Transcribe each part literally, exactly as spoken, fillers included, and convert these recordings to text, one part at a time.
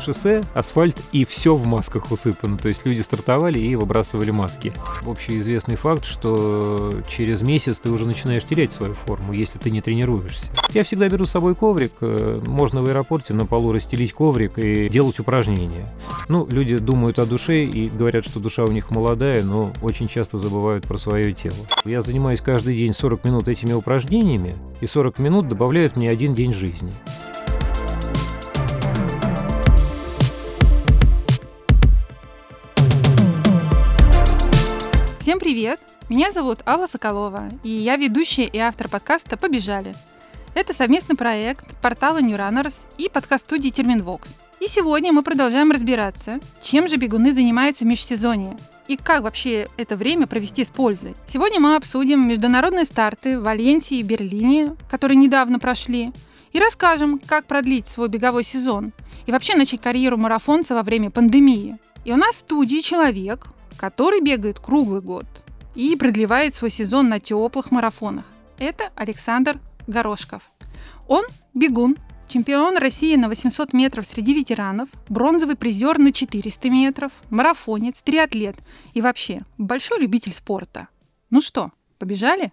шоссе, асфальт и все в масках усыпано. То есть люди стартовали и выбрасывали маски. Общеизвестный факт, что через месяц ты уже начинаешь терять свою форму, если ты не тренируешься. Я всегда беру с собой коврик. Можно в аэропорте на полу расстелить коврик и делать упражнения. Ну, люди думают о душе и говорят, что душа у них молодая, но очень часто забывают про свое тело. Я занимаюсь каждый день сорок минут этими упражнениями, и сорок минут добавляют мне один день жизни. Всем привет! Меня зовут Алла Соколова, и я ведущая и автор подкаста «Побежали». Это совместный проект портала New Runners и подкаст-студии Терминвокс. И сегодня мы продолжаем разбираться, чем же бегуны занимаются в межсезонье и как вообще это время провести с пользой. Сегодня мы обсудим международные старты в Валенсии и Берлине, которые недавно прошли, и расскажем, как продлить свой беговой сезон и вообще начать карьеру марафонца во время пандемии. И у нас в студии человек, который бегает круглый год и продлевает свой сезон на теплых марафонах. Это Александр Горошков. Он бегун, чемпион России на восемьсот метров среди ветеранов, бронзовый призер на четыреста метров, марафонец, триатлет и вообще большой любитель спорта. Ну что, побежали?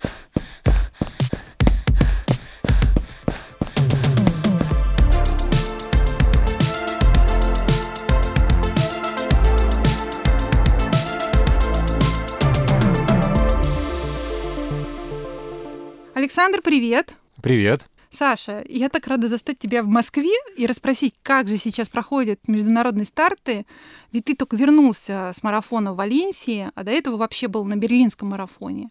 Александр, привет! Привет! Саша, я так рада застать тебя в Москве и расспросить, как же сейчас проходят международные старты, ведь ты только вернулся с марафона в Валенсии, а до этого вообще был на берлинском марафоне.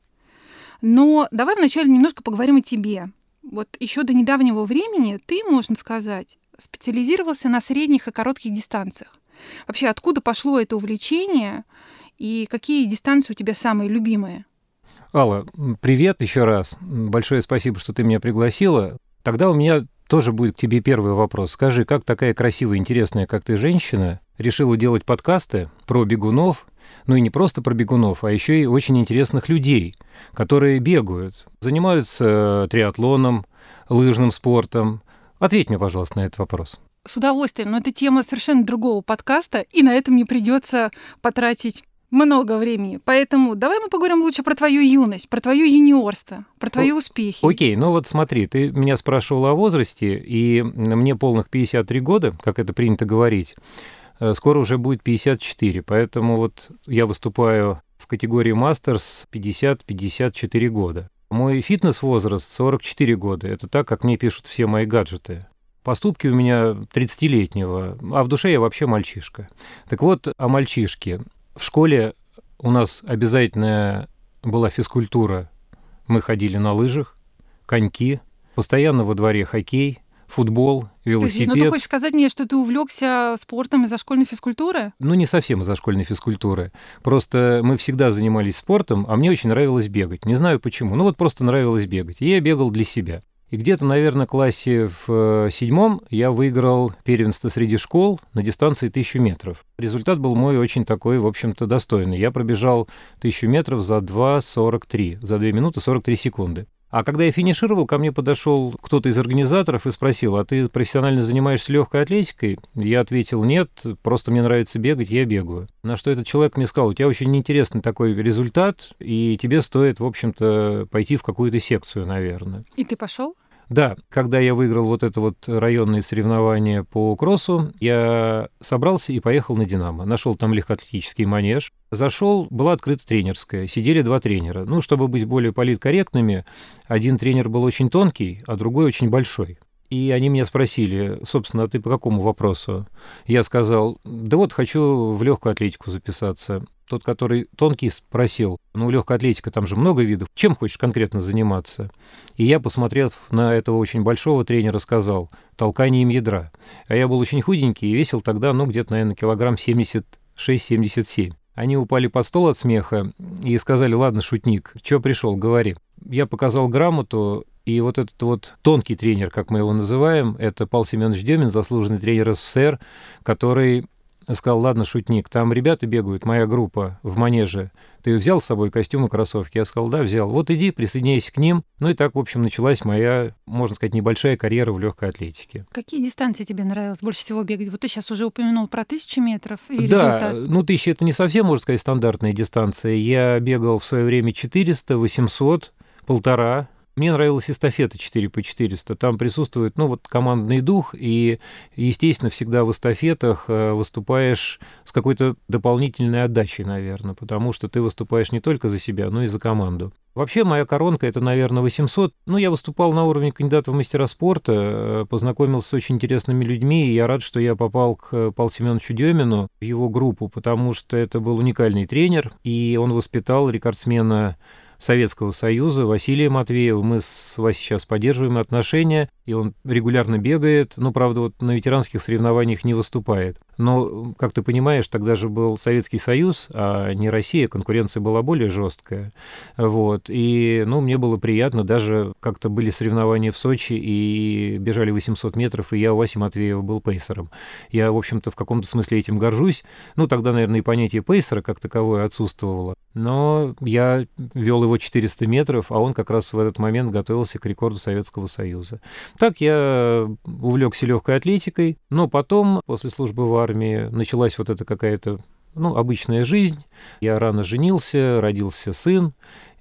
Но давай вначале немножко поговорим о тебе. Вот еще до недавнего времени ты, можно сказать, специализировался на средних и коротких дистанциях. Вообще, откуда пошло это увлечение и какие дистанции у тебя самые любимые? Алла, привет еще раз. Большое спасибо, что ты меня пригласила. Тогда у меня тоже будет к тебе первый вопрос. Скажи, как такая красивая, интересная, как ты, женщина, решила делать подкасты про бегунов, ну и не просто про бегунов, а еще и очень интересных людей, которые бегают, занимаются триатлоном, лыжным спортом? Ответь мне, пожалуйста, на этот вопрос. С удовольствием, но это тема совершенно другого подкаста, и на это мне придется потратить много времени. Поэтому давай мы поговорим лучше про твою юность, про твое юниорство, про твои О- успехи. Окей, ну вот смотри, ты меня спрашивала о возрасте, и мне полных пятьдесят три года, как это принято говорить, скоро уже будет пятьдесят четыре, поэтому вот я выступаю в категории Мастерс пятьдесят - пятьдесят четыре года. Мой фитнес-возраст сорок четыре года, это так, как мне пишут все мои гаджеты. Поступки у меня тридцатилетнего, а в душе я вообще мальчишка. Так вот, о мальчишке. В школе у нас обязательная была физкультура. Мы ходили на лыжах, коньки, постоянно во дворе хоккей, футбол, велосипед. Подожди, ну ты хочешь сказать мне, что ты увлекся спортом из-за школьной физкультуры? Ну, не совсем из-за школьной физкультуры. Просто мы всегда занимались спортом, а мне очень нравилось бегать. Не знаю почему. Ну, вот просто нравилось бегать. И я бегал для себя. И где-то, наверное, в классе в седьмом я выиграл первенство среди школ на дистанции тысячу метров. Результат был мой очень такой, в общем-то, достойный. Я пробежал тысячу метров за два сорок три, за две минуты сорок три секунды. А когда я финишировал, ко мне подошел кто-то из организаторов и спросил: а ты профессионально занимаешься легкой атлетикой? Я ответил: нет, просто мне нравится бегать, я бегаю. На что этот человек мне сказал: у тебя очень интересный такой результат, и тебе стоит, в общем-то, пойти в какую-то секцию, наверное. И ты пошел? Да, когда я выиграл вот это вот районные соревнования по кроссу, я собрался и поехал на «Динамо». Нашел там легкоатлетический манеж. Зашел, была открыта тренерская, сидели два тренера. Ну, чтобы быть более политкорректными, один тренер был очень тонкий, а другой очень большой. И они меня спросили: собственно, а ты по какому вопросу? Я сказал: да вот хочу в легкую атлетику записаться. Тот, который тонкий, спросил: ну, легкая атлетика, там же много видов, чем хочешь конкретно заниматься? И я, посмотрев на этого очень большого тренера, сказал: толканием ядра. А я был очень худенький и весил тогда, ну, где-то, наверное, килограмм семьдесят шесть - семьдесят семь. Они упали под стол от смеха и сказали: ладно, шутник, чё пришел, говори. Я показал грамоту, и вот этот вот тонкий тренер, как мы его называем, это Павел Семенович Демин, заслуженный тренер СССР, который сказал: ладно, шутник, там ребята бегают, моя группа в манеже. Ты взял с собой костюм и кроссовки? Я сказал: да, взял. Вот иди, присоединяйся к ним. Ну и так, в общем, началась моя, можно сказать, небольшая карьера в легкой атлетике. Какие дистанции тебе нравилось больше всего бегать? Вот ты сейчас уже упомянул про тысячу метров и Да, результат. ну тысяча — это не совсем, можно сказать, стандартная дистанция. Я бегал в свое время четыреста, восемьсот, полтора. Мне нравилась эстафета четыре по четыреста. Там присутствует, ну, вот командный дух, и, естественно, всегда в эстафетах выступаешь с какой-то дополнительной отдачей, наверное, потому что ты выступаешь не только за себя, но и за команду. Вообще, моя коронка — это, наверное, восемьсот. Ну, я выступал на уровне кандидата в мастера спорта, познакомился с очень интересными людьми, и я рад, что я попал к Павлу Семеновичу Демину в его группу, потому что это был уникальный тренер, и он воспитал рекордсмена Советского Союза Василия Матвеева. Мы с Васей сейчас поддерживаем отношения, и он регулярно бегает, но, правда, вот на ветеранских соревнованиях не выступает. Но, как ты понимаешь, тогда же был Советский Союз, а не Россия, конкуренция была более жесткая. Вот. И, ну, мне было приятно, даже как-то были соревнования в Сочи, и бежали восемьсот метров, и я у Васи Матвеева был пейсером. Я, в общем-то, в каком-то смысле этим горжусь. Ну, тогда, наверное, и понятие пейсера как таковое отсутствовало. Но я вел его четыреста метров, а он как раз в этот момент готовился к рекорду Советского Союза. Так я увлекся легкой атлетикой, но потом, после службы в армии, началась вот эта какая-то, ну, обычная жизнь. Я рано женился, родился сын,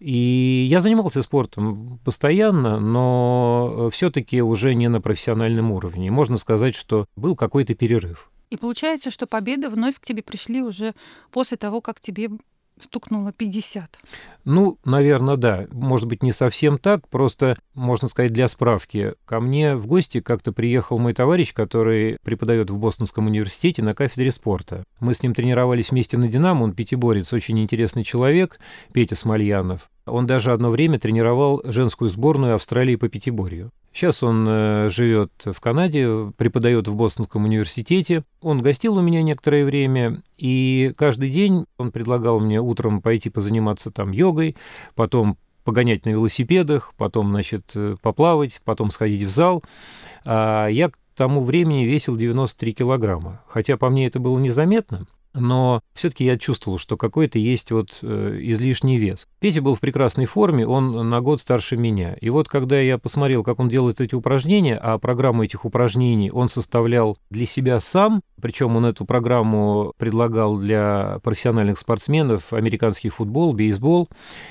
и я занимался спортом постоянно, но все-таки уже не на профессиональном уровне. Можно сказать, что был какой-то перерыв. И получается, что победы вновь к тебе пришли уже после того, как тебе стукнуло пятьдесят. Ну, наверное, да. Может быть, не совсем так, просто, можно сказать, для справки. Ко мне в гости как-то приехал мой товарищ, который преподает в Бостонском университете на кафедре спорта. Мы с ним тренировались вместе на «Динамо», он пятиборец, очень интересный человек, Петя Смольянов. Он даже одно время тренировал женскую сборную Австралии по пятиборью. Сейчас он э, живет в Канаде, преподает в Бостонском университете. Он гостил у меня некоторое время, и каждый день он предлагал мне утром пойти позаниматься там йогой, потом погонять на велосипедах, потом, значит, поплавать, потом сходить в зал. А я к тому времени весил девяносто три килограмма, хотя по мне это было незаметно. Но все-таки я чувствовал, что какой-то есть вот э, излишний вес. Петя был в прекрасной форме, он на год старше меня. И вот когда я посмотрел, как он делает эти упражнения, а программу этих упражнений он составлял для себя сам, причем он эту программу предлагал для профессиональных спортсменов, американский футбол, бейсбол,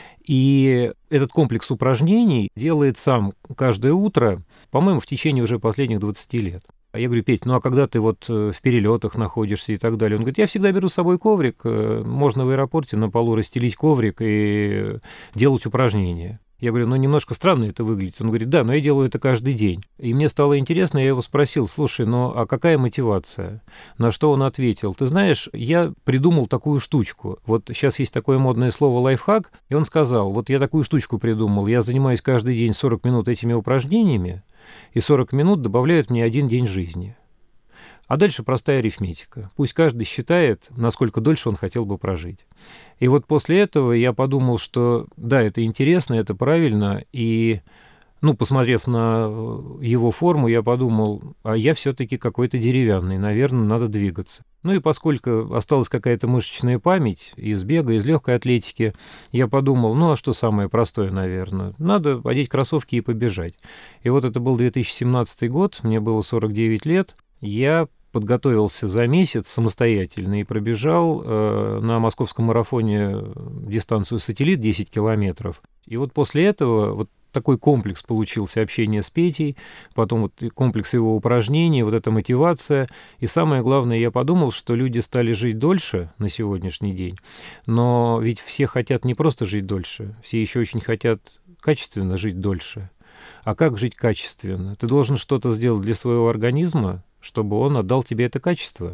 и этот комплекс упражнений делает сам каждое утро, по-моему, в течение уже последних двадцати лет. А я говорю: Петь, ну а когда ты вот в перелетах находишься и так далее? Он говорит: я всегда беру с собой коврик, можно в аэропорте на полу расстелить коврик и делать упражнения. Я говорю: ну немножко странно это выглядит. Он говорит: да, но я делаю это каждый день. И мне стало интересно, я его спросил: слушай, ну а какая мотивация? На что он ответил: ты знаешь, я придумал такую штучку. Вот сейчас есть такое модное слово лайфхак, и он сказал: вот я такую штучку придумал, я занимаюсь каждый день сорок минут этими упражнениями, и сорок минут добавляют мне один день жизни. А дальше простая арифметика. Пусть каждый считает, насколько дольше он хотел бы прожить. И вот после этого я подумал, что да, это интересно, это правильно, и, ну, посмотрев на его форму, я подумал: а я все-таки какой-то деревянный, наверное, надо двигаться. Ну и поскольку осталась какая-то мышечная память из бега, из легкой атлетики, я подумал: ну а что самое простое, наверное? Надо одеть кроссовки и побежать. И вот это был две тысячи семнадцатый год, мне было сорок девять лет, я подготовился за месяц самостоятельно и пробежал э, на московском марафоне дистанцию «Сателлит» десять километров. И вот после этого вот такой комплекс получился общения с Петей, потом вот комплекс его упражнений, вот эта мотивация. И самое главное, я подумал, что люди стали жить дольше на сегодняшний день, но ведь все хотят не просто жить дольше, все еще очень хотят качественно жить дольше. А как жить качественно? Ты должен что-то сделать для своего организма, чтобы он отдал тебе это качество.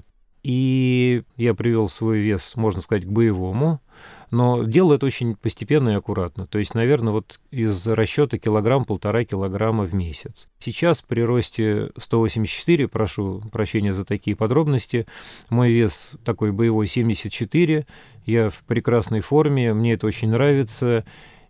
И я привел свой вес, можно сказать, к боевому, но делал это очень постепенно и аккуратно. То есть, наверное, вот из расчета килограмм-полтора килограмма в месяц. Сейчас при росте сто восемьдесят четыре, прошу прощения за такие подробности, мой вес такой боевой семьдесят четыре, я в прекрасной форме, мне это очень нравится.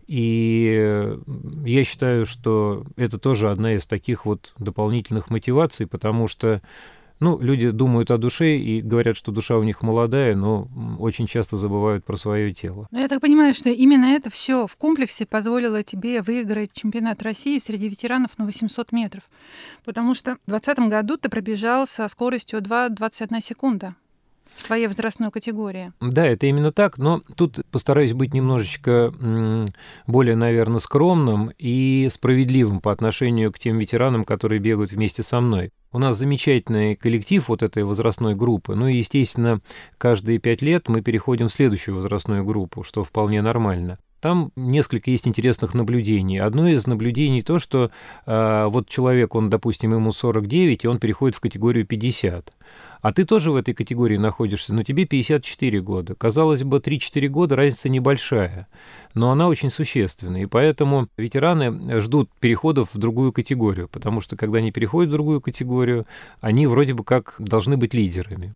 И я считаю, что это тоже одна из таких вот дополнительных мотиваций, потому что Ну, люди думают о душе и говорят, что душа у них молодая, но очень часто забывают про свое тело. Но я так понимаю, что именно это все в комплексе позволило тебе выиграть чемпионат России среди ветеранов на восемьсот метров. Потому что в двадцатом году ты пробежал со скоростью два двадцать одна секунда в своей возрастной категории. Да, это именно так, но тут постараюсь быть немножечко м, более, наверное, скромным и справедливым по отношению к тем ветеранам, которые бегают вместе со мной. У нас замечательный коллектив вот этой возрастной группы, ну и, естественно, каждые пять лет мы переходим в следующую возрастную группу, что вполне нормально. Там несколько есть интересных наблюдений. Одно из наблюдений то, что э, вот человек, он, допустим, ему сорок девять, и он переходит в категорию пятьдесят. А ты тоже в этой категории находишься, но тебе пятьдесят четыре года. Казалось бы, три-четыре года разница небольшая, но она очень существенная. И поэтому ветераны ждут переходов в другую категорию, потому что когда они переходят в другую категорию, они вроде бы как должны быть лидерами.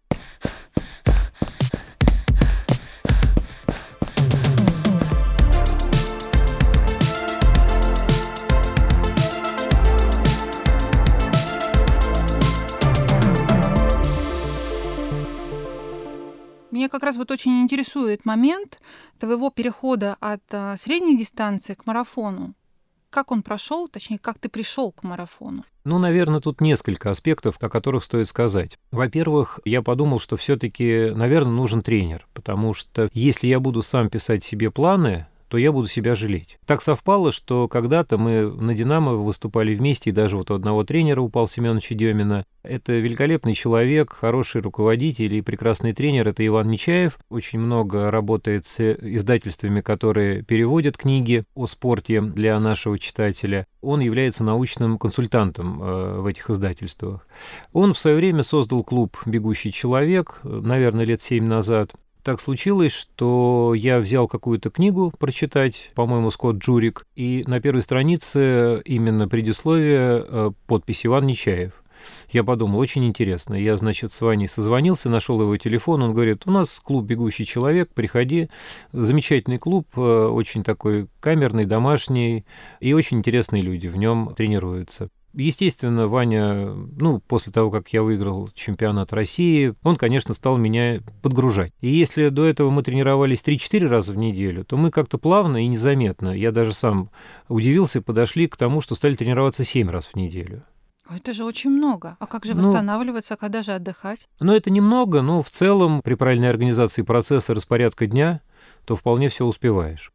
Меня как раз вот очень интересует момент твоего перехода от а, средней дистанции к марафону. Как он прошел, точнее, как ты пришел к марафону? Ну, наверное, тут несколько аспектов, о которых стоит сказать. Во-первых, я подумал, что все-таки, наверное, нужен тренер, потому что если я буду сам писать себе планы, то я буду себя жалеть. Так совпало, что когда-то мы на «Динамо» выступали вместе, и даже вот у одного тренера, у Павла Семеновича Демина. Это великолепный человек, хороший руководитель и прекрасный тренер. Это Иван Нечаев. Очень много работает с издательствами, которые переводят книги о спорте для нашего читателя. Он является научным консультантом в этих издательствах. Он в свое время создал клуб «Бегущий человек», наверное, лет семь назад. Так случилось, что я взял какую-то книгу прочитать, по-моему, Скотт Джурик, и на первой странице именно предисловие, подпись Иван Нечаев. Я подумал, очень интересно. Я, значит, с Ваней созвонился, нашел его телефон, он говорит, у нас клуб «Бегущий человек», приходи. Замечательный клуб, очень такой камерный, домашний, и очень интересные люди в нем тренируются. Естественно, Ваня, ну, после того, как я выиграл чемпионат России, он, конечно, стал меня подгружать. И если до этого мы тренировались три-четыре раза в неделю, то мы как-то плавно и незаметно, я даже сам удивился, подошли к тому, что стали тренироваться семь раз в неделю. Это же очень много. А как же Ну, восстанавливаться, когда же отдыхать? Ну, это немного, но в целом при правильной организации процесса распорядка дня, то вполне все успеваешь.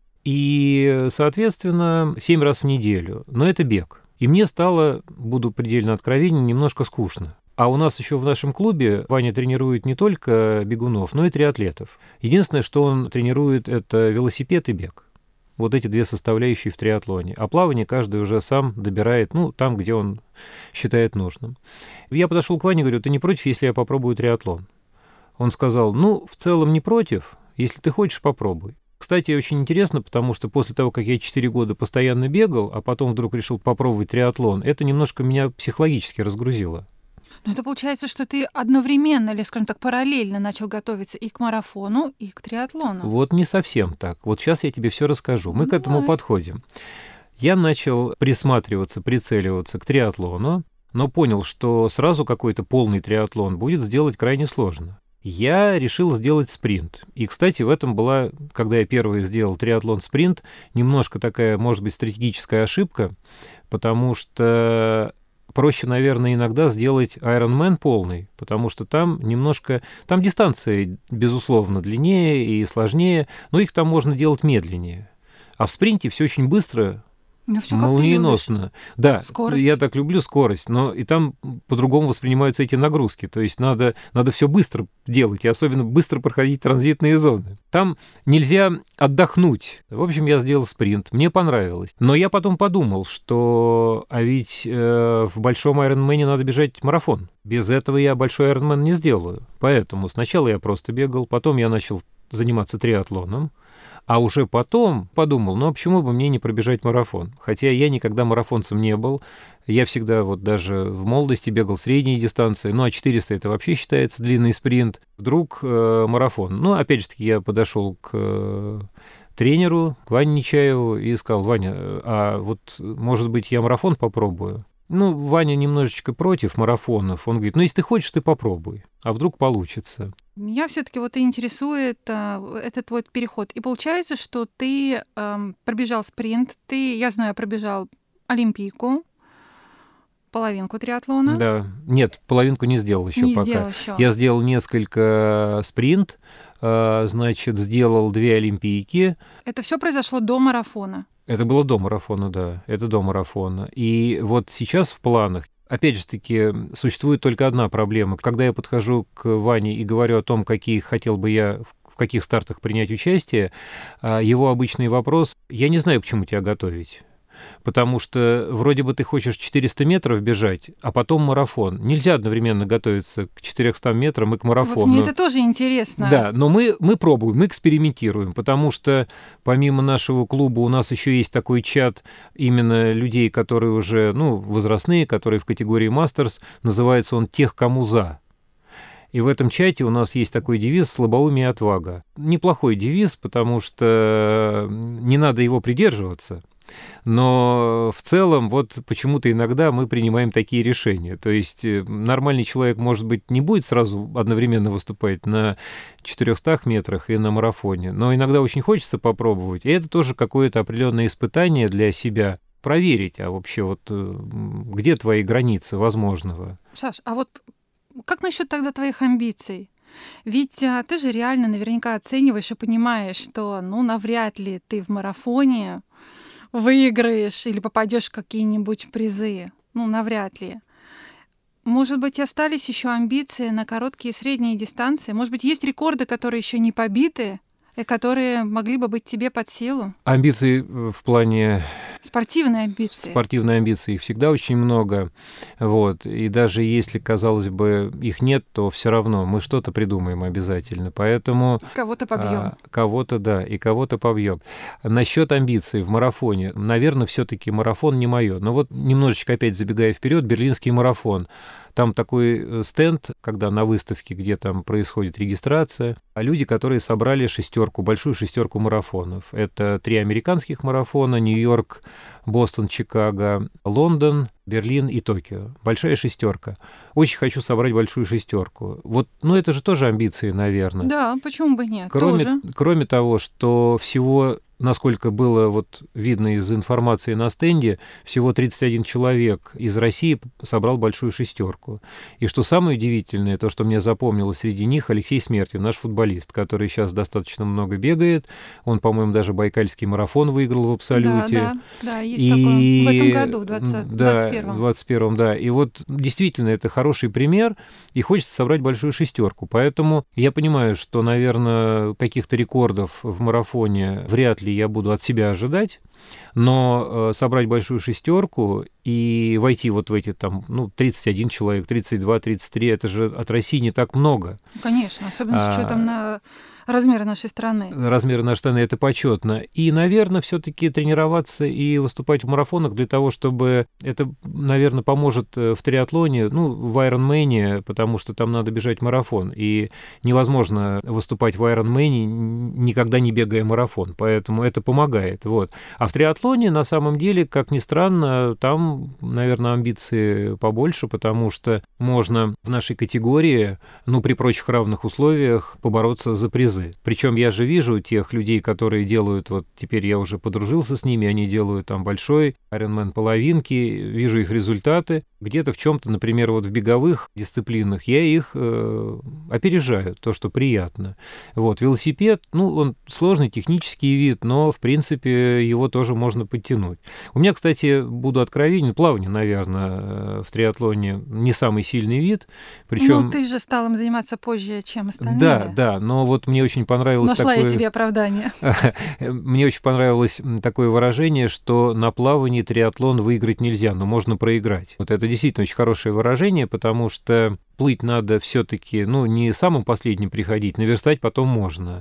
И, соответственно, семь раз в неделю. Но это бег. И мне стало, буду предельно откровенен, немножко скучно. А у нас еще в нашем клубе Ваня тренирует не только бегунов, но и триатлетов. Единственное, что он тренирует, это велосипед и бег. Вот эти две составляющие в триатлоне. А плавание каждый уже сам добирает, ну, там, где он считает нужным. Я подошел к Ване и говорю, ты не против, если я попробую триатлон? Он сказал, ну, в целом не против, если ты хочешь, попробуй. Кстати, очень интересно, потому что после того, как я четыре года постоянно бегал, а потом вдруг решил попробовать триатлон, это немножко меня психологически разгрузило. Но это получается, что ты одновременно, или, скажем так, параллельно начал готовиться и к марафону, и к триатлону. Вот не совсем так. Вот сейчас я тебе все расскажу. Мы Ну, к этому давай. подходим. Я начал присматриваться, прицеливаться к триатлону, но понял, что сразу какой-то полный триатлон будет сделать крайне сложно. Я решил сделать спринт. И, кстати, в этом была, когда я первый сделал триатлон-спринт, немножко такая, может быть, стратегическая ошибка, потому что проще, наверное, иногда сделать Ironman полный, потому что там немножко... Там дистанции, безусловно, длиннее и сложнее, но их там можно делать медленнее. А в спринте все очень быстро, Ну, всё, как ты молниеносно. Да, Скорость. я так люблю скорость, но и там по-другому воспринимаются эти нагрузки. То есть надо, надо все быстро делать, и особенно быстро проходить транзитные зоны. Там нельзя отдохнуть. В общем, я сделал спринт, мне понравилось. Но я потом подумал, что а ведь э, в большом Ironman надо бежать марафон. Без этого я большой Ironman не сделаю. Поэтому сначала я просто бегал, потом я начал заниматься триатлоном. А уже потом подумал, ну а почему бы мне не пробежать марафон? Хотя я никогда марафонцем не был. Я всегда вот даже в молодости бегал средние дистанции. Ну а четыреста это вообще считается длинный спринт. Вдруг э, марафон. Ну опять же таки я подошел к э, тренеру, к Ване Нечаеву и сказал, Ваня, а вот может быть я марафон попробую? Ну, Ваня немножечко против марафонов. Он говорит, ну, если ты хочешь, ты попробуй. А вдруг получится? Меня все-таки вот и интересует а, этот вот переход. И получается, что ты а, пробежал спринт, ты, я знаю, пробежал олимпийку, половинку триатлона. Да. Нет, половинку не сделал еще не пока. Сделал еще. Я сделал несколько спринт, значит, сделал две олимпийки. Это все произошло до марафона? Это было до марафона, да. Это до марафона. И вот сейчас в планах, опять же таки, существует только одна проблема. Когда я подхожу к Ване и говорю о том, какие хотел бы я в каких стартах принять участие, его обычный вопрос: я не знаю, к чему тебя готовить. Потому что вроде бы ты хочешь четыреста метров бежать, а потом марафон. Нельзя одновременно готовиться к четырёмстам метрам и к марафону. Вот мне это тоже интересно. Да, но мы, мы пробуем, мы экспериментируем, потому что помимо нашего клуба у нас еще есть такой чат именно людей, которые уже, ну, возрастные, которые в категории мастерс, называется он «Тех, кому за». И в этом чате у нас есть такой девиз «Слабоумие и отвага». Неплохой девиз, потому что не надо его придерживаться. Но в целом вот почему-то иногда мы принимаем такие решения. То есть нормальный человек, может быть, не будет сразу одновременно выступать на четырёхстах метрах и на марафоне, но иногда очень хочется попробовать. И это тоже какое-то определенное испытание для себя. Проверить, а вообще вот где твои границы возможного. Саш, а вот как насчет тогда твоих амбиций? Ведь а, ты же реально наверняка оцениваешь и понимаешь, что ну навряд ли ты в марафоне выиграешь или попадешь в какие-нибудь призы. Ну, навряд ли. Может быть, остались еще амбиции на короткие и средние дистанции? Может быть, есть рекорды, которые еще не побиты, и которые могли бы быть тебе под силу? Амбиции в плане... Спортивные амбиции. Спортивные амбиции, их всегда очень много. Вот. И даже если, казалось бы, их нет, то все равно мы что-то придумаем обязательно. Поэтому... Кого-то побьем. А, кого-то, да, и кого-то побьем. Насчет амбиций в марафоне. Наверное, все-таки марафон не мое. Но вот немножечко опять забегая вперед, берлинский марафон. Там такой стенд, когда на выставке, где там происходит регистрация, а люди, которые собрали шестерку, большую шестерку марафонов. Это три американских марафона: Нью-Йорк, Бостон, Чикаго, Лондон, Берлин и Токио. Большая шестерка. Очень хочу собрать большую шестерку. Вот, ну это же тоже амбиции, наверное. Да, почему бы нет? Кроме, тоже. Кроме того, что всего, насколько было вот видно из информации на стенде, всего тридцать один человек из России собрал большую шестерку. И что самое удивительное, то, что мне запомнилось, среди них Алексей Смертьев, наш футболист, который сейчас достаточно много бегает. Он, по-моему, даже Байкальский марафон выиграл в абсолюте. Да, да, да, есть и... такое. В этом году, в двадцать первом. Да, в двадцать первом, да. И вот действительно это хороший пример, и хочется собрать большую шестерку. Поэтому я понимаю, что, наверное, каких-то рекордов в марафоне вряд ли я буду от себя ожидать, но э, собрать большую шестерку и войти вот в эти там, ну, тридцать один человек, тридцать два, тридцать три, это же от России не так много. Конечно, особенно с учетом на размеры нашей страны. Размеры нашей страны — это почетно. И, наверное, все-таки тренироваться и выступать в марафонах для того, чтобы это, наверное, поможет в триатлоне, ну, в Ironman, потому что там надо бежать марафон. И невозможно выступать в Ironman, никогда не бегая марафон. Поэтому это помогает. Вот. А в триатлоне, на самом деле, как ни странно, там, наверное, амбиции побольше, потому что можно в нашей категории, ну, при прочих равных условиях, побороться за призы. Причем я же вижу тех людей, которые делают, вот теперь я уже подружился с ними, они делают там большой Ironman половинки, вижу их результаты. Где-то в чем-то, например, вот в беговых дисциплинах я их э, опережаю, то, что приятно. Вот, велосипед, ну, он сложный технический вид, но, в принципе, его тоже можно подтянуть. У меня, кстати, буду откровенен, плавание, наверное, в триатлоне не самый сильный вид. Причем... Ну, ты же стал им заниматься позже, чем остальные. Да, да, но вот мне очень понравилось Нашла такое... я тебе оправдание. Мне очень понравилось такое выражение, что на плавании триатлон выиграть нельзя, но можно проиграть. Вот это действительно очень хорошее выражение, потому что плыть надо все-таки, ну, не самым последним приходить, наверстать потом можно.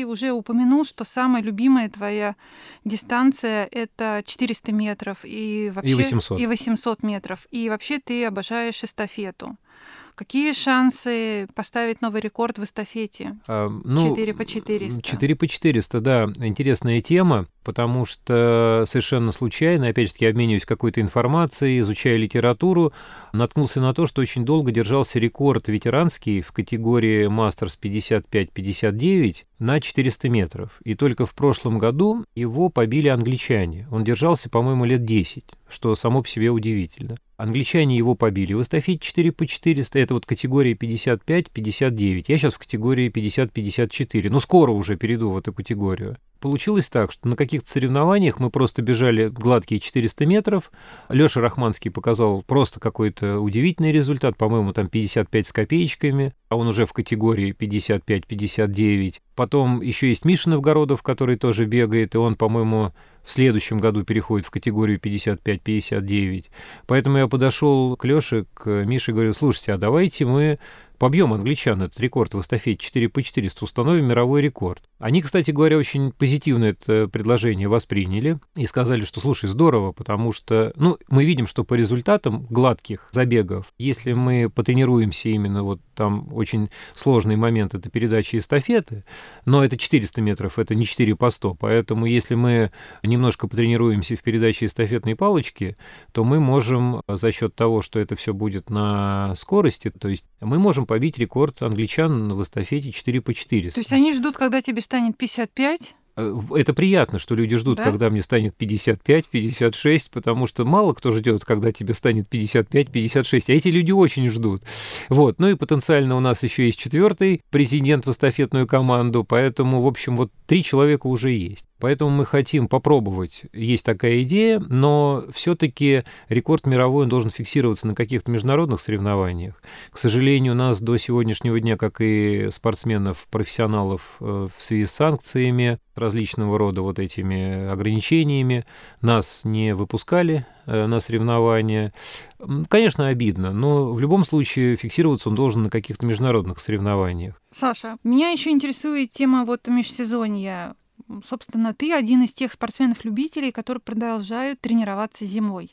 уже упомянул, что самая любимая твоя дистанция — это четыреста метров и вообще и восемьсот. и восемьсот метров. И вообще ты обожаешь эстафету. Какие шансы поставить новый рекорд в эстафете? А, ну, четыре по четыреста. четыре по четыреста, да, интересная тема, потому что совершенно случайно, опять же таки, обмениваясь какой-то информацией, изучая литературу, наткнулся на то, что очень долго держался рекорд ветеранский в категории Мастерс пятьдесят пять пятьдесят девять на четыреста метров. И только в прошлом году его побили англичане. Он держался, по-моему, лет десять, что само по себе удивительно. Англичане его побили в эстафете четыре по четыреста, это вот категория пятьдесят пять пятьдесят девять. Я сейчас в категории пятьдесят пятьдесят четыре, ну скоро уже перейду в эту категорию. Получилось так, что на каких-то соревнованиях мы просто бежали гладкие четыреста метров. Лёша Рахманский показал просто какой-то удивительный результат, по-моему, там пятьдесят пять с копеечками, а он уже в категории пятьдесят пять пятьдесят девять. Потом еще есть Миша Новгородов, который тоже бегает, и он, по-моему, в следующем году переходит в категорию пятьдесят пять пятьдесят девять. Поэтому я подошел к Лёше, к Мише, и говорю: слушайте, а давайте мы побьем англичан этот рекорд в эстафете четыре по четыреста, установим мировой рекорд. Они, кстати говоря, очень позитивно это предложение восприняли и сказали, что, слушай, здорово, потому что, ну, мы видим, что по результатам гладких забегов, если мы потренируемся именно вот там очень сложный момент, это передача эстафеты, но это четыреста метров, это не четыре по сто, поэтому если мы немножко потренируемся в передаче эстафетной палочки, то мы можем за счет того, что это все будет на скорости, то есть мы можем побить рекорд англичан в эстафете четыре по четыреста. То есть они ждут, когда тебе станет пятьдесят пять? Это приятно, что люди ждут, да? Когда мне станет пятьдесят пять пятьдесят шесть, потому что мало кто ждет, когда тебе станет пятьдесят пять пятьдесят шесть, а эти люди очень ждут. Вот. Ну и потенциально у нас еще есть четвертый претендент в эстафетную команду, поэтому, в общем, вот три человека уже есть. Поэтому мы хотим попробовать, есть такая идея, но все-таки рекорд мировой он должен фиксироваться на каких-то международных соревнованиях. К сожалению, у нас до сегодняшнего дня, как и спортсменов, профессионалов в связи с санкциями, различного рода вот этими ограничениями, нас не выпускали на соревнования. Конечно, обидно, но в любом случае фиксироваться он должен на каких-то международных соревнованиях. Саша, меня еще интересует тема вот межсезонья. Собственно, ты один из тех спортсменов-любителей, которые продолжают тренироваться зимой.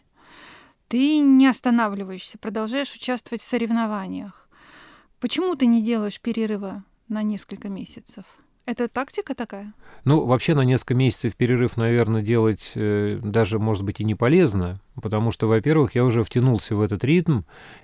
Ты не останавливаешься, продолжаешь участвовать в соревнованиях. Почему ты не делаешь перерыва на несколько месяцев? Это тактика такая? Ну, вообще на несколько месяцев перерыв, наверное, делать э, даже, может быть, и не полезно, потому что, во-первых, я уже втянулся в этот ритм,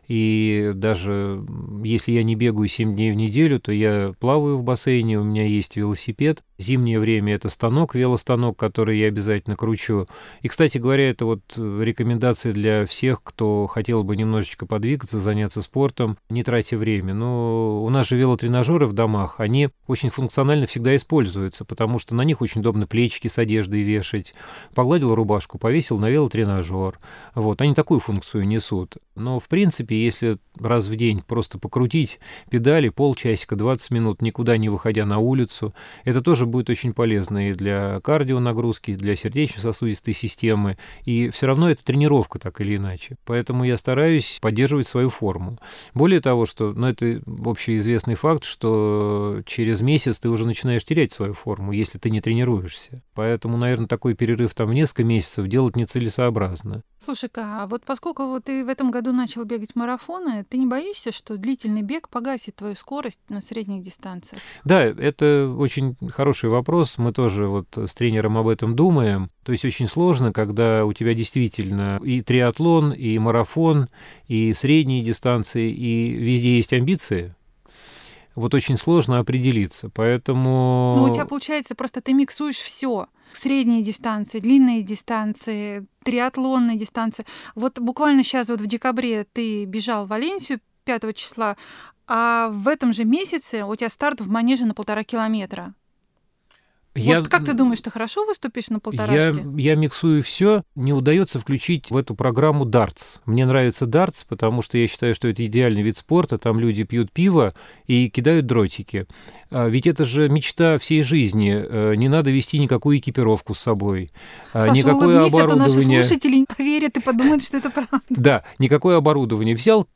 и даже если я не бегаю семь дней в неделю, то я плаваю в бассейне, у меня есть велосипед. Зимнее время — это станок, велостанок, который я обязательно кручу. И, кстати говоря, это вот рекомендация для всех, кто хотел бы немножечко подвигаться, заняться спортом, не тратя время. Но у нас же велотренажеры в домах, они очень функционально всегда используются, потому что на них очень удобно плечики с одеждой вешать. Погладил рубашку, повесил на велотренажер. Вот, они такую функцию несут. Но, в принципе, если раз в день просто покрутить педали полчасика, двадцать минут, никуда не выходя на улицу, это тоже будет очень полезно и для кардионагрузки, и для сердечно-сосудистой системы. И все равно это тренировка, так или иначе. Поэтому я стараюсь поддерживать свою форму. Более того, что, ну, это общеизвестный факт, что через месяц ты уже начинаешь терять свою форму, если ты не тренируешься. Поэтому, наверное, такой перерыв там в несколько месяцев делать нецелесообразно. Слушай-ка, а вот поскольку вот ты в этом году начал бегать марафоны, ты не боишься, что длительный бег погасит твою скорость на средних дистанциях? Да, это очень хороший вопрос. Мы тоже вот с тренером об этом думаем. То есть очень сложно, когда у тебя действительно и триатлон, и марафон, и средние дистанции, и везде есть амбиции. Вот очень сложно определиться, поэтому... Ну, у тебя получается, просто ты миксуешь все. Средние дистанции, длинные дистанции, триатлонные дистанции. Вот буквально сейчас вот в декабре ты бежал в Валенсию пятого числа, а в этом же месяце у тебя старт в манеже на полтора километра. Я, вот как ты думаешь, ты хорошо выступишь на полторашке? Я, я миксую все. Не удается включить в эту программу дартс. Мне нравится дартс, потому что я считаю, что это идеальный вид спорта. Там люди пьют пиво и кидают дротики. А ведь это же мечта всей жизни. Не надо вести никакую экипировку с собой. Саша, никакое улыбнись, оборудование. А то наши слушатели не поверят и подумают, что это правда. Да, никакое оборудование. Взял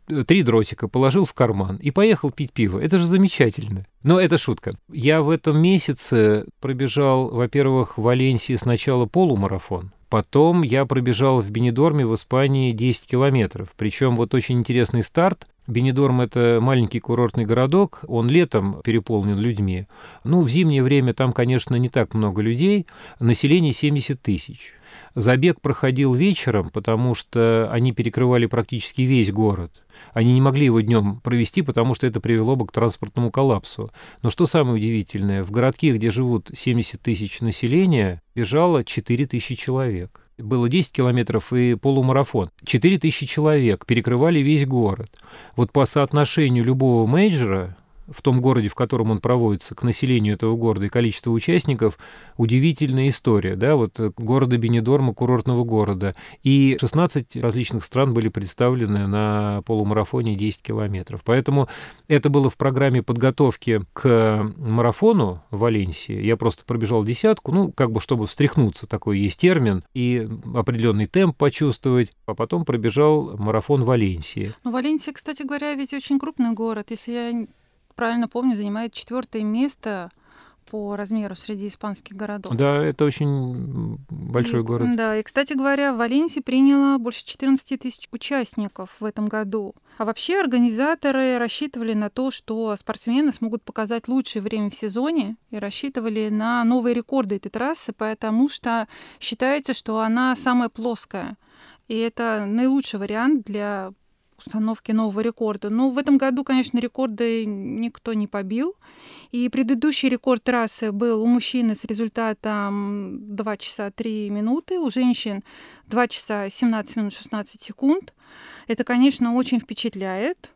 три дротика положил в карман и поехал пить пиво. Это же замечательно. Но это шутка. Я в этом месяце пробежал, во-первых, в Валенсии сначала полумарафон. Потом я пробежал в Бенидорме в Испании десять километров. Причем вот очень интересный старт. Бенидорм – это маленький курортный городок, он летом переполнен людьми. Ну, в зимнее время там, конечно, не так много людей, население семьдесят тысяч. Забег проходил вечером, потому что они перекрывали практически весь город. Они не могли его днем провести, потому что это привело бы к транспортному коллапсу. Но что самое удивительное, в городке, где живут семьдесят тысяч населения, бежало четыре тысячи человек. Было десять километров и полумарафон. четыре тысячи человек перекрывали весь город. Вот по соотношению любого мейджора в том городе, в котором он проводится, к населению этого города и количеству участников, удивительная история, да, вот города Бенидорма, курортного города. И шестнадцать различных стран были представлены на полумарафоне десять километров. Поэтому это было в программе подготовки к марафону в Валенсии. Я просто пробежал десятку, ну, как бы чтобы встряхнуться, такой есть термин, и определенный темп почувствовать, а потом пробежал марафон Валенсии. Ну, Валенсия, кстати говоря, ведь очень крупный город. Если я правильно помню, занимает четвертое место по размеру среди испанских городов. Да, это очень большой и, город. Да, и, кстати говоря, Валенсия приняла больше четырнадцать тысяч участников в этом году. А вообще организаторы рассчитывали на то, что спортсмены смогут показать лучшее время в сезоне, и рассчитывали на новые рекорды этой трассы, потому что считается, что она самая плоская. И это наилучший вариант для установки нового рекорда. Но в этом году, конечно, рекорды никто не побил. И предыдущий рекорд трассы был у мужчины с результатом два часа три минуты, у женщин два часа семнадцать минут шестнадцать секунд. Это, конечно, очень впечатляет.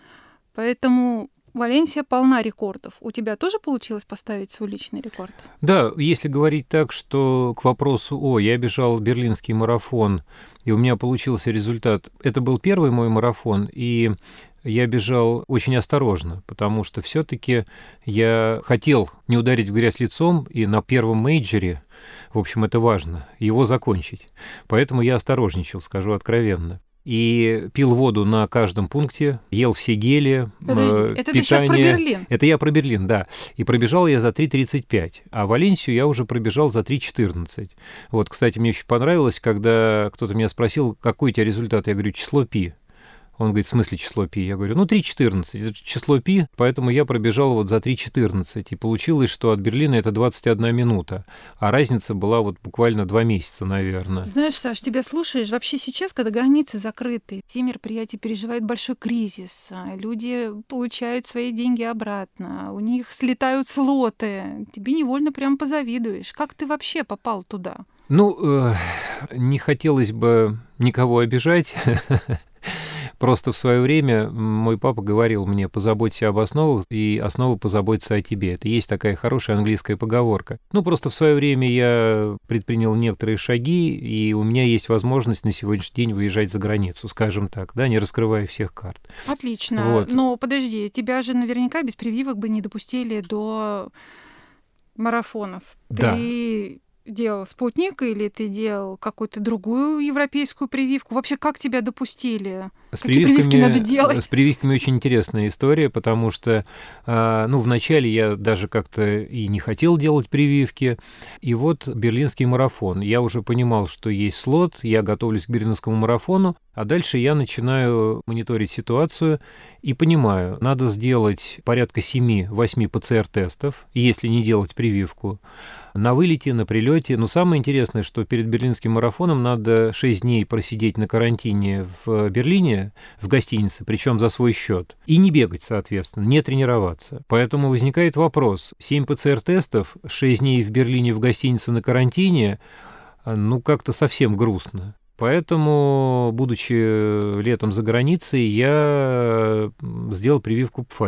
Поэтому Валенсия полна рекордов. У тебя тоже получилось поставить свой личный рекорд? Да, если говорить так, что к вопросу, о, я бежал берлинский марафон, и у меня получился результат. Это был первый мой марафон, и я бежал очень осторожно, потому что все-таки я хотел не ударить в грязь лицом, и на первом мейджоре, в общем, это важно, его закончить. Поэтому я осторожничал, скажу откровенно. И пил воду на каждом пункте, ел все гели, Подожди, э, это питание. ты сейчас про Берлин? Это я про Берлин, да. И пробежал я за три тридцать пять, а Валенсию я уже пробежал за три четырнадцать. Вот, кстати, мне очень понравилось, когда кто-то меня спросил, какой у тебя результат, я говорю, число пи. Он говорит, в смысле число пи? Я говорю, ну, три четырнадцать, это число пи, поэтому я пробежал вот за три четырнадцать. И получилось, что от Берлина это двадцать одна минута, а разница была вот буквально два месяца, наверное. Знаешь, Саш, тебя слушаешь, вообще сейчас, когда границы закрыты, все мероприятия переживают большой кризис, люди получают свои деньги обратно, у них слетают слоты, тебе невольно прям позавидуешь. Как ты вообще попал туда? Ну, э, не хотелось бы никого обижать. Просто в свое время мой папа говорил мне, позаботься об основах, и основы позаботятся о тебе. Это есть такая хорошая английская поговорка. Ну, просто в свое время я предпринял некоторые шаги, и у меня есть возможность на сегодняшний день выезжать за границу, скажем так, да, не раскрывая всех карт. Отлично. Вот. Но подожди, тебя же наверняка без прививок бы не допустили до марафонов. Да. Ты делал спутник или ты делал какую-то другую европейскую прививку? Вообще, как тебя допустили? С Какие прививки надо делать? С прививками очень интересная история, потому что, ну, вначале я даже как-то и не хотел делать прививки, и вот берлинский марафон. Я уже понимал, что есть слот, я готовлюсь к берлинскому марафону, а дальше я начинаю мониторить ситуацию и понимаю, надо сделать порядка семи-восьми ПЦР-тестов, если не делать прививку, на вылете, на прилете. Но самое интересное, что перед берлинским марафоном надо шесть дней просидеть на карантине в Берлине, в гостинице, причем за свой счет, и не бегать, соответственно, не тренироваться. Поэтому возникает вопрос: семь ПЦР-тестов, шесть дней в Берлине в гостинице на карантине, ну, как-то совсем грустно. Поэтому, будучи летом за границей, я сделал прививку Pfizer.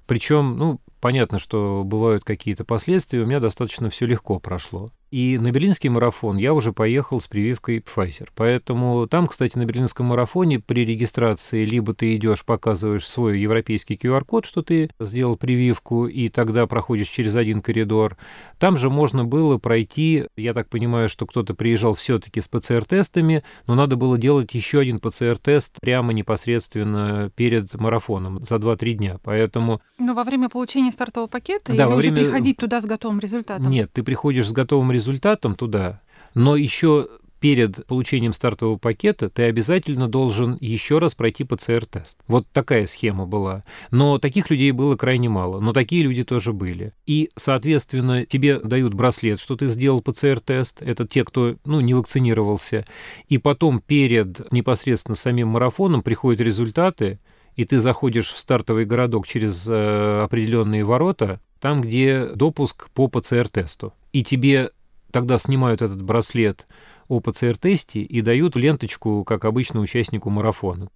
Причем, ну, понятно, что бывают какие-то последствия, у меня достаточно все легко прошло. И на берлинский марафон я уже поехал с прививкой Pfizer. Поэтому там, кстати, на берлинском марафоне при регистрации либо ты идешь, показываешь свой европейский ку ар код, что ты сделал прививку, и тогда проходишь через один коридор. Там же можно было пройти, я так понимаю, что кто-то приезжал все-таки с пэ цэ эр-тестами, но надо было делать еще один пэ цэ эр-тест прямо непосредственно перед марафоном за два-три дня. Поэтому... Но во время получения стартового пакета да, или во уже время... приходить туда с готовым результатом? Нет, ты приходишь с готовым результатом туда, но еще перед получением стартового пакета ты обязательно должен еще раз пройти пэ цэ эр-тест. Вот такая схема была. Но таких людей было крайне мало, но такие люди тоже были. И, соответственно, тебе дают браслет, что ты сделал пэ цэ эр-тест, это те, кто, ну, не вакцинировался, и потом перед непосредственно самим марафоном приходят результаты, и ты заходишь в стартовый городок через э, определенные ворота, там, где допуск по пэ цэ эр-тесту. И тебе тогда снимают этот браслет о пэ цэ эр-тесте и дают ленточку, как обычно, участнику марафона.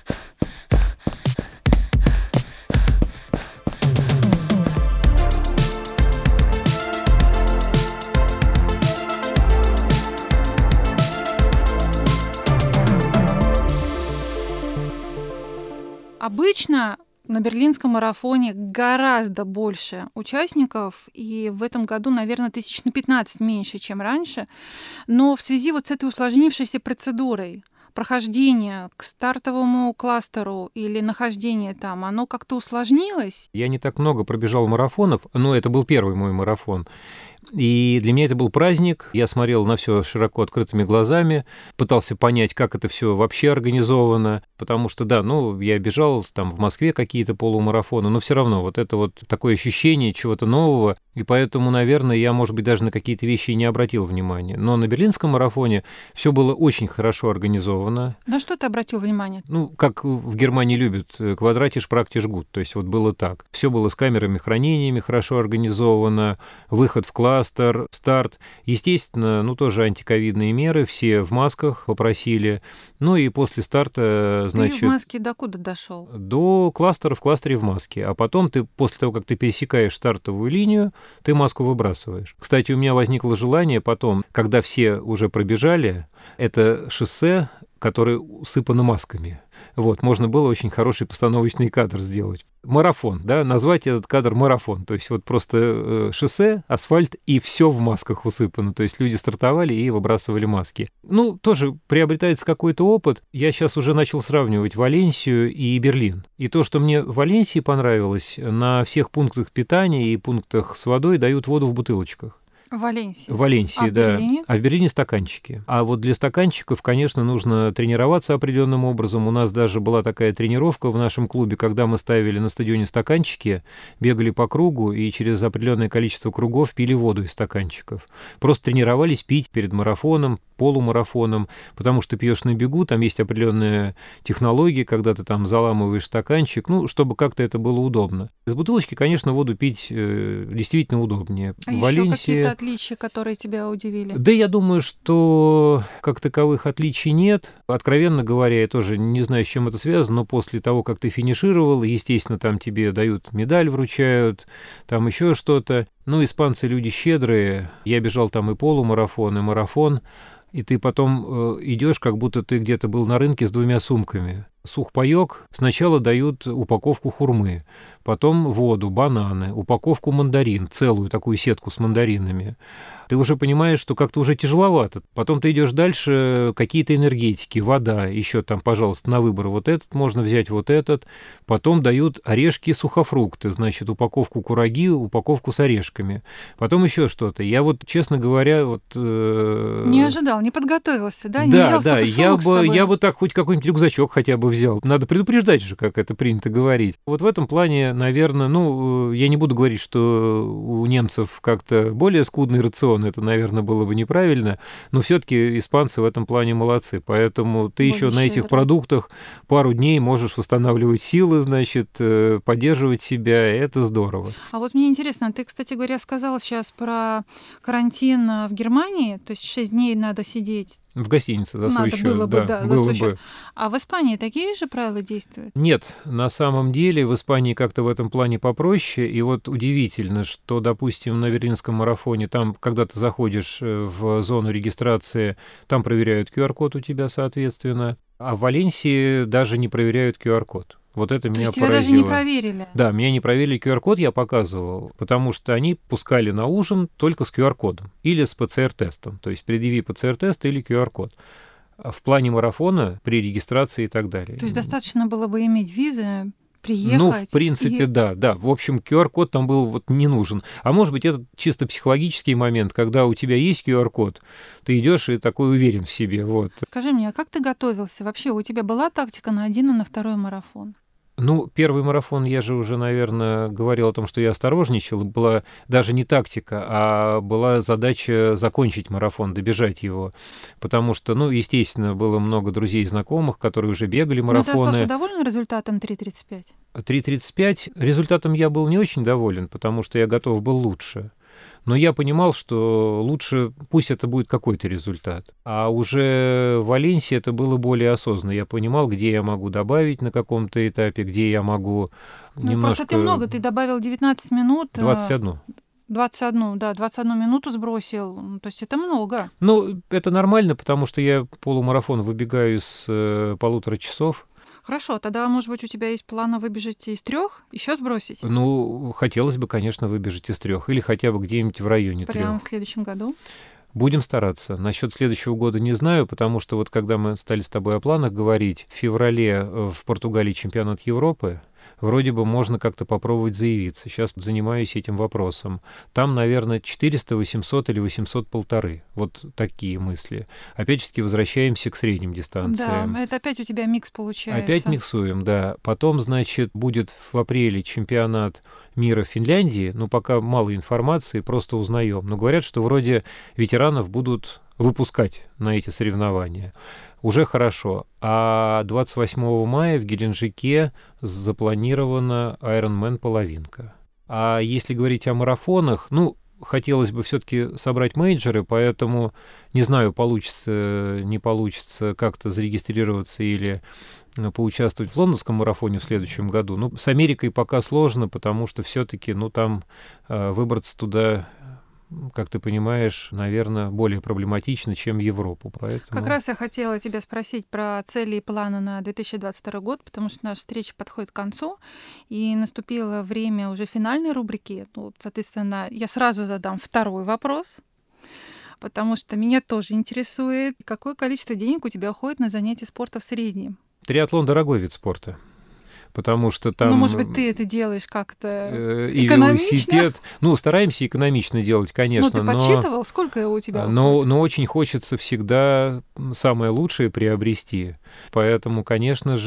Обычно на берлинском марафоне гораздо больше участников, и в этом году, наверное, тысяч на пятнадцать меньше, чем раньше. Но в связи вот с этой усложнившейся процедурой прохождение к стартовому кластеру или нахождение там, оно как-то усложнилось? Я не так много пробежал марафонов, но это был первый мой марафон. И для меня это был праздник. Я смотрел на все широко открытыми глазами, пытался понять, как это все вообще организовано, потому что, да, ну, я бежал там в Москве какие-то полумарафоны, но все равно вот это вот такое ощущение чего-то нового, и поэтому, наверное, я, может быть, даже на какие-то вещи не обратил внимания. Но на берлинском марафоне все было очень хорошо организовано. На что ты обратил внимание? Ну, как в Германии любят, квадратиш, практиш, гуд, то есть вот было так. Все было с камерами хранениями хорошо организовано, выход в класс, кластер, старт. Естественно, ну, тоже антиковидные меры, все в масках попросили. Ну, и после старта, значит... Ты в маске до куда дошел? До кластера, в кластере в маске. А потом ты, после того, как ты пересекаешь стартовую линию, ты маску выбрасываешь. Кстати, у меня возникло желание потом, когда все уже пробежали, это шоссе, которое усыпано масками. Вот, можно было очень хороший постановочный кадр сделать. Марафон, да, назвать этот кадр марафон. То есть вот просто э, шоссе, асфальт и все в масках усыпано. То есть люди стартовали и выбрасывали маски. Ну, тоже приобретается какой-то опыт. Я сейчас уже начал сравнивать Валенсию и Берлин. И то, что мне в Валенсии понравилось, на всех пунктах питания и пунктах с водой дают воду в бутылочках. В Валенсии. В Валенсии, а да. В Берлине? А в Берлине стаканчики. А вот для стаканчиков, конечно, нужно тренироваться определенным образом. У нас даже была такая тренировка в нашем клубе, когда мы ставили на стадионе стаканчики, бегали по кругу и через определенное количество кругов пили воду из стаканчиков. Просто тренировались пить перед марафоном, полумарафоном, потому что пьешь на бегу, там есть определенные технологии, когда ты там заламываешь стаканчик, ну, чтобы как-то это было удобно. Из бутылочки, конечно, воду пить э, действительно удобнее. А в еще Валенсии... какие-то отличия, которые тебя удивили? Да, я думаю, что как таковых отличий нет. Откровенно говоря, я тоже не знаю, с чем это связано, но после того, как ты финишировал, естественно, там тебе дают медаль, вручают, там еще что-то. Ну, испанцы люди щедрые. Я бежал там и полумарафон, и марафон. И ты потом э, идешь, как будто ты где-то был на рынке с двумя сумками. Сухпайок сначала дают упаковку хурмы, потом воду, бананы, упаковку мандарин, целую такую сетку с мандаринами. Ты уже понимаешь, что как-то уже тяжеловато. Потом ты идешь дальше, какие-то энергетики, вода, еще там, пожалуйста, на выбор вот этот, можно взять вот этот. Потом дают орешки, сухофрукты, значит, упаковку кураги, упаковку с орешками. Потом еще что-то. Я вот, честно говоря, вот... Э... Не ожидал, не подготовился, да? Не да, взял да, столько я сумок с бы, собой. я бы так хоть какой-нибудь рюкзачок хотя бы взял. Надо предупреждать же, как это принято говорить. Вот в этом плане, наверное, ну, я не буду говорить, что у немцев как-то более скудный рацион, это, наверное, было бы неправильно, но все-таки испанцы в этом плане молодцы, поэтому ты еще на этих продуктах пару дней можешь восстанавливать силы, значит, поддерживать себя, это здорово. А вот мне интересно, ты, кстати говоря, сказал сейчас про карантин в Германии, то есть шесть дней надо сидеть В гостинице за свой Надо счет. было бы, да, да, за было свой бы. счет. А в Испании такие же правила действуют? Нет, на самом деле в Испании как-то в этом плане попроще. И вот удивительно, что, допустим, на Берлинском марафоне, там, когда ты заходишь в зону регистрации, там проверяют ку ар код у тебя, соответственно, а в Валенсии даже не проверяют ку ар код. Вот это То меня есть тебя поразило. даже не проверили? Да, меня не проверили, ку ар код я показывал, потому что они пускали на ужин только с ку ар кодом или с пэ цэ эр тестом, то есть предъяви пэ цэ эр тест или ку ар код. В плане марафона, при регистрации и так далее. То есть достаточно было бы иметь визы, приехать? Ну, в принципе, и... да, да. В общем, ку ар код там был вот не нужен. А может быть, это чисто психологический момент, когда у тебя есть ку ар код, ты идешь и такой уверен в себе. Вот. Скажи мне, а как ты готовился? Вообще, у тебя была тактика на один и на второй марафон? Ну, первый марафон, я же уже, наверное, говорил о том, что я осторожничал. Была даже не тактика, а была задача закончить марафон, добежать его. Потому что, ну, естественно, было много друзей и знакомых, которые уже бегали марафоны. Но ты остался доволен результатом три тридцать пять? три тридцать пять. Результатом я был не очень доволен, потому что я готов был лучше. Но я понимал, что лучше пусть это будет какой-то результат. А уже в Валенсии это было более осознанно. Я понимал, где я могу добавить на каком-то этапе, где я могу ну, немножко... Просто ты много, ты добавил девятнадцать минут. двадцать одну. двадцать одну, да, двадцать одну минуту сбросил. То есть это много. Ну, это нормально, потому что я полумарафон выбегаю с э, полутора часов. Хорошо, тогда, может быть, у тебя есть план выбежать из трех, еще сбросить? Ну, хотелось бы, конечно, выбежать из трех, или хотя бы где-нибудь в районе трех. Прямо в следующем году? Будем стараться. Насчет следующего года не знаю, потому что вот когда мы стали с тобой о планах говорить, в феврале в Португалии чемпионат Европы, вроде бы можно как-то попробовать заявиться. Сейчас занимаюсь этим вопросом. Там, наверное, четыреста, восемьсот или восемьсот полторы. Вот такие мысли. Опять же таки возвращаемся к средним дистанциям. Да, это опять у тебя микс получается. Опять миксуем, да. Потом, значит, будет в апреле чемпионат мира в Финляндии. Ну, пока мало информации, просто узнаем. Но говорят, что вроде ветеранов будут выпускать на эти соревнования. Уже хорошо. А двадцать восьмого мая в Геленджике запланирована Ironman половинка. А если говорить о марафонах, ну, хотелось бы все-таки собрать мейджоры, поэтому не знаю, получится, не получится как-то зарегистрироваться или поучаствовать в лондонском марафоне в следующем году. Ну, с Америкой пока сложно, потому что все-таки, ну, там э, выбраться туда, как ты понимаешь, наверное, более проблематично, чем Европу. Поэтому... Как раз я хотела тебя спросить про цели и планы на две тысячи двадцать второй год, потому что наша встреча подходит к концу, и наступило время уже финальной рубрики. Ну, соответственно, я сразу задам второй вопрос, потому что меня тоже интересует, какое количество денег у тебя уходит на занятия спорта в среднем? Триатлон — дорогой вид спорта. Потому что там... Ну, может быть, ты это делаешь как-то э, и экономично? велосипед. Ну, стараемся экономично делать, конечно. Ну, ты но, подсчитывал, сколько у тебя но, но очень хочется всегда самое лучшее приобрести. Поэтому, конечно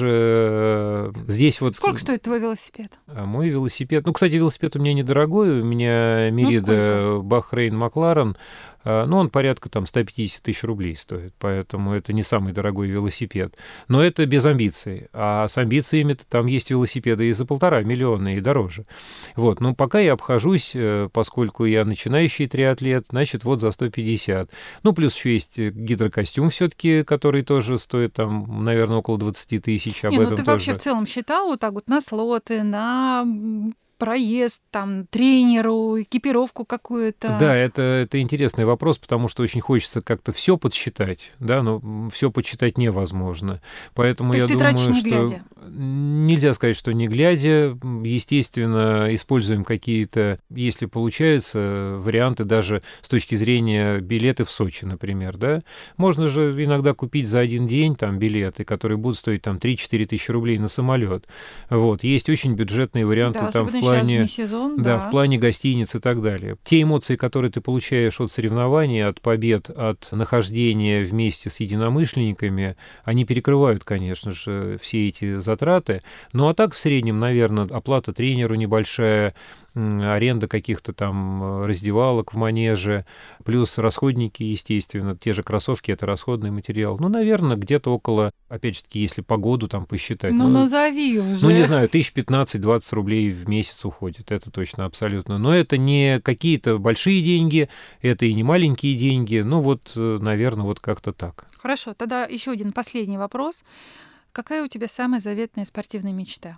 же, здесь вот... Сколько стоит твой велосипед? А мой велосипед... Ну, кстати, велосипед у меня недорогой. У меня Мерида ну, Бахрейн Макларен. Ну, он порядка там сто пятьдесят тысяч рублей стоит, поэтому это не самый дорогой велосипед. Но это без амбиций. А с амбициями-то там есть велосипеды и за полтора миллиона, и дороже. Вот, но пока я обхожусь, поскольку я начинающий триатлет, значит, вот за сто пятьдесят. Ну, плюс еще есть гидрокостюм все-таки, который тоже стоит там, наверное, около двадцать тысяч. Об не, этом ну ты тоже... вообще в целом считал вот так вот на слоты, на... проезд, там, тренеру, экипировку какую-то? Да, это, это интересный вопрос, потому что очень хочется как-то все подсчитать, да, но все подсчитать невозможно. Поэтому То я есть ты думаю, тратишь не что глядя? Нельзя сказать, что не глядя. Естественно, используем какие-то, если получается, варианты даже с точки зрения билеты в Сочи, например, да. Можно же иногда купить за один день там билеты, которые будут стоить там три-четыре тысячи рублей на самолет. Вот. Есть очень бюджетные варианты да, там в плане... сезон, да, да, в плане гостиниц и так далее. Те эмоции, которые ты получаешь от соревнований, от побед, от нахождения вместе с единомышленниками, они перекрывают, конечно же, все эти затраты. Ну а так в среднем, наверное, оплата тренеру небольшая, аренда каких-то там раздевалок в манеже, плюс расходники, естественно, те же кроссовки — это расходный материал. Ну, наверное, где-то около, опять же таки, если погоду там посчитать. Ну, ну назови уже. Ну, не знаю, тысяч пятнадцать-двадцать рублей в месяц уходит, это точно, абсолютно. Но это не какие-то большие деньги, это и не маленькие деньги. Ну, вот, наверное, вот как-то так. Хорошо, тогда еще один последний вопрос. Какая у тебя самая заветная спортивная мечта?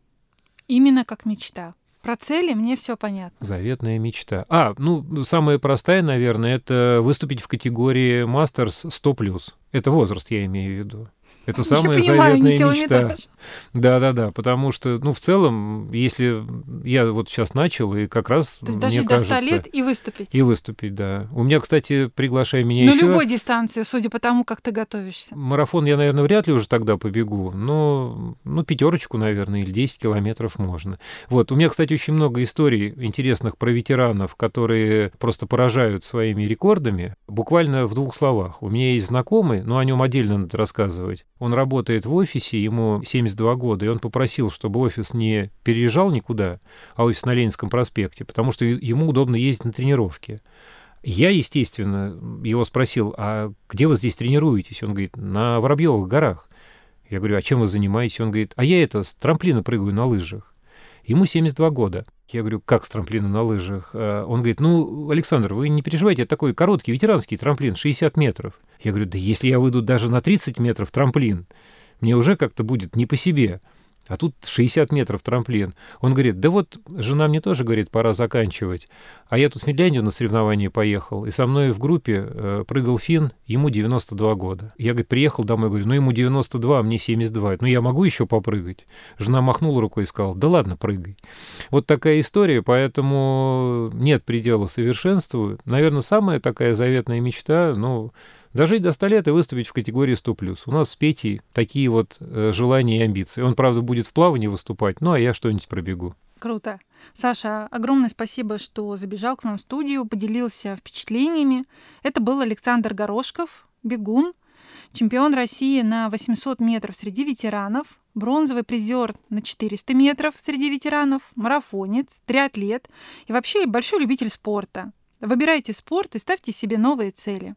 Именно как мечта. Про цели мне все понятно. Заветная мечта. А, ну, самая простая, наверное, это выступить в категории Masters сто плюс. Это возраст, я имею в виду. Это самая я понимаю, заветная не мечта. Да-да-да, потому что, ну, в целом, если я вот сейчас начал, и как раз, То есть мне даже до кажется... ста лет и выступить? И выступить, да. У меня, кстати, приглашай меня На еще... любой дистанции, судя по тому, как ты готовишься. Марафон я, наверное, вряд ли уже тогда побегу, но, ну, пятерочку, наверное, или десять километров можно. Вот, у меня, кстати, очень много историй интересных про ветеранов, которые просто поражают своими рекордами. Буквально в двух словах. У меня есть знакомый, но о нем отдельно надо рассказывать. Он работает в офисе, ему семьдесят два года, и он попросил, чтобы офис не переезжал никуда, а офис на Ленинском проспекте, потому что ему удобно ездить на тренировки. Я, естественно, его спросил: а где вы здесь тренируетесь? Он говорит: на Воробьевых горах. Я говорю: а чем вы занимаетесь? Он говорит: а я это, с трамплина прыгаю на лыжах. Ему семьдесят два года. Я говорю: как с трамплина на лыжах? Он говорит: ну, Александр, вы не переживайте, это такой короткий ветеранский трамплин, шестьдесят метров. Я говорю: да если я выйду даже на тридцать метров трамплин, мне уже как-то будет не по себе. А тут шестьдесят метров трамплин. Он говорит: да вот жена мне тоже говорит, пора заканчивать. А я тут в Финляндию на соревнования поехал, и со мной в группе э, прыгал финн, ему девяносто два года. Я, говорит, приехал домой, говорю: ну ему девяносто два, а мне семьдесят два. Ну я могу еще попрыгать? Жена махнула рукой и сказала: да ладно, прыгай. Вот такая история, поэтому нет предела совершенству. Наверное, самая такая заветная мечта, ну... дожить до ста лет и выступить в категории сто плюс. У нас с Петей такие вот э, желания и амбиции. Он, правда, будет в плавании выступать, ну а я что-нибудь пробегу. Круто. Саша, огромное спасибо, что забежал к нам в студию, поделился впечатлениями. Это был Александр Горошков, бегун, чемпион России на восемьсот метров среди ветеранов, бронзовый призер на четыреста метров среди ветеранов, марафонец, триатлет и вообще большой любитель спорта. Выбирайте спорт и ставьте себе новые цели.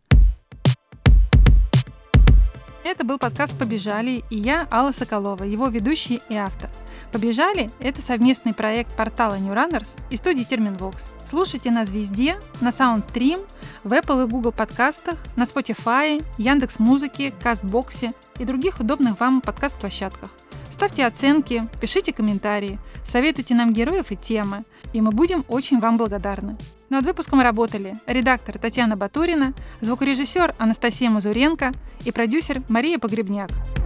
Это был подкаст «Побежали», и я, Алла Соколова, его ведущий и автор. «Побежали» — это совместный проект портала New Runners и студии Terminvox. Слушайте нас везде, на Soundstream, в Apple и Google подкастах, на Spotify, Яндекс.Музыке, Кастбоксе и других удобных вам подкаст-площадках. Ставьте оценки, пишите комментарии, советуйте нам героев и темы, и мы будем очень вам благодарны. Над выпуском работали редактор Татьяна Батурина, звукорежиссер Анастасия Мазуренко и продюсер Мария Погребняк.